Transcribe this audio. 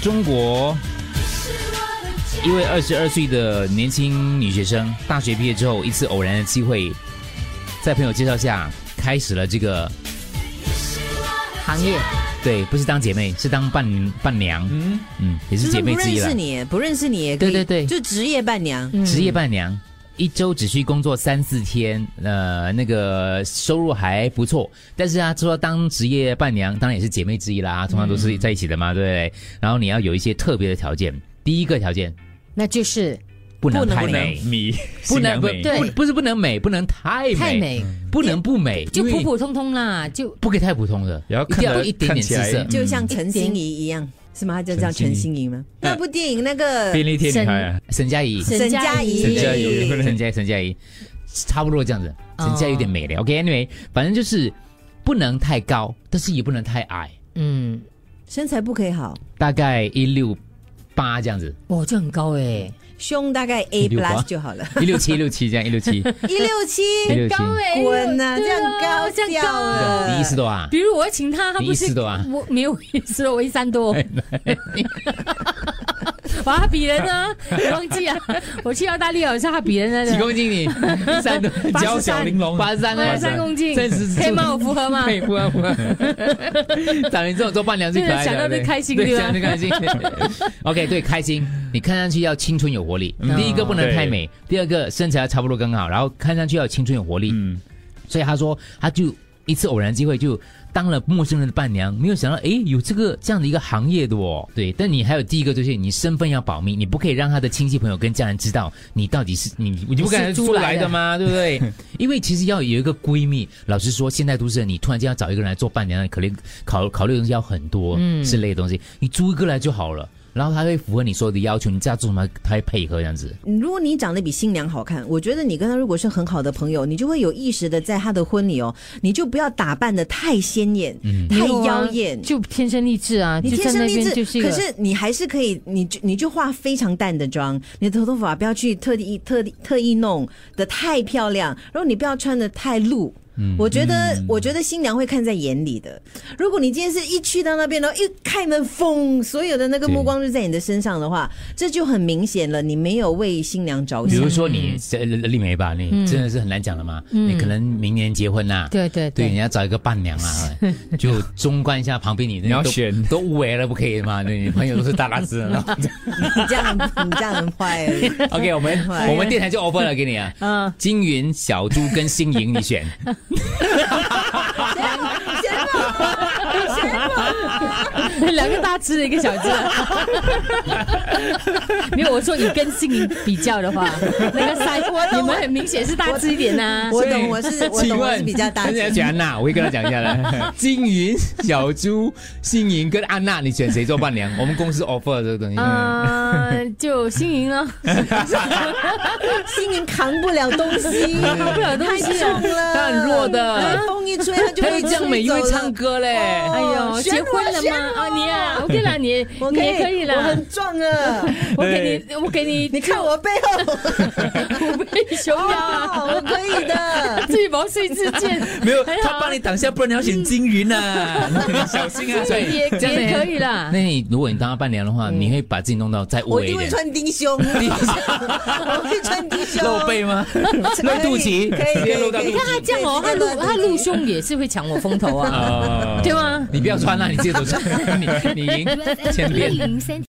中国一位22岁的年轻女学生，大学毕业之后，一次偶然的机会，在朋友介绍下，开始了这个行业。 对，不是当姐妹，是当伴娘。也是姐妹之一了。 不认识你也可以， 对， 就职业伴娘。 职业伴娘，1周只需工作3-4天，那个收入还不错。但是啊，说当职业伴娘，当然也是姐妹之一啦，通常都是在一起的嘛，对不对？然后你要有一些特别的条件，第一个条件， 那就是不能太美，不能不是不能美，不能太美，不能不美， 就普普通通啦，就不可以太普通的， 要一定要有一点点姿色， 就像陈心怡一样。是吗？他就叫陈心怡吗？那部电影那个便利贴女孩啊， 沈佳宜，差不多这样子。沈佳宜有点美了。OK，anyway， 反正就是不能太高，但是也不能太矮。 身材不可以好， 大概168这样子。 哇，这很高哎。 胸大概 A+ 就好了 ，167这样167， 很高哎，滚啊，这样高，这样高了。 你140多啊？ 比如我要请他不是 140多啊？ 我没有140多，我130多。哇，他比人呢？我忘记啊！我去澳大利亚，我是他比人呢。 几公斤你？130多， 娇小玲珑 ，83公斤，可以吗？我符合吗？ 可以，符合。找你这种做伴娘最可爱的， 想到就开心， 对吧？想到就开心。OK， 对，开心。你看上去要青春有活力，第一个不能太美，第二个身材要差不多刚好，然后看上去要青春有活力。所以他说，他就一次偶然机会就当了陌生人的伴娘，没有想到有这样的一个行业的哦。对，但你还有第一个就是你身份要保密，你不可以让他的亲戚朋友跟家人知道你到底是你不可能出来的吗？对不对？因为其实要有一个闺蜜，老实说，现代都市你突然间要找一个人来做伴娘，可能考虑的东西要很多，之类的东西，你租一个来就好了。然后他会符合你所有的要求，你知道做什么，他会配合这样子。如果你长得比新娘好看，我觉得你跟他如果是很好的朋友，你就会有意识的在他的婚礼你就不要打扮的太鲜艳，太妖艳， 就天生丽质啊。 你天生丽质， 就是可是你还是可以，你就化非常淡的妆，你的头发不要去特意弄的太漂亮，然后你不要穿的太露。我觉得新娘会看在眼里的。如果你今天是一去到那边，然后一开门，风所有的那个目光就在你的身上的话，这就很明显了，你没有为新娘着想。 比如说你丽梅吧，你真的是很难讲的嘛。你可能明年结婚啦， 对， 你要找一个伴娘啊，就中观一下旁边你要选都无为了，不可以嘛？你朋友都是大大只的， 你这样很坏。 OK， 我们电台就 offer 了给你啊，金云、小猪跟新颖，你选。 两个大只的一个小只。没有，我说你跟心灵比较的话，那个你们很明显是大只一点呐。 我懂，我是比较大只。 选安娜，我会跟他讲一下的。金云、小猪、心莹跟安娜，你选谁做伴娘？我们公司 offer 这个东西。 就心莹了。 心莹扛不了东西，太重了， 他很弱的。 风一吹，他就会这样美，又会唱歌嘞。 哎呦，结婚了吗？你啊 ，OK 啦，你也可以啦。 我很壮啊， 我给你， 你看我背后， 虎背熊腰啊， 我可以的。 自毛遂自荐， 没有他帮你挡下，不然你要选金云啊，小心啊。 所以也可以啦。 那如果你当他伴娘的话，你会把自己弄到再无为一点。 我一定会穿低胸，我会穿低胸， 露背吗？露肚脐， 可以。 你看他这样哦，他露胸也是会抢我风头啊，对吗？ 你不要穿啦，你自己走穿，你赢，前边。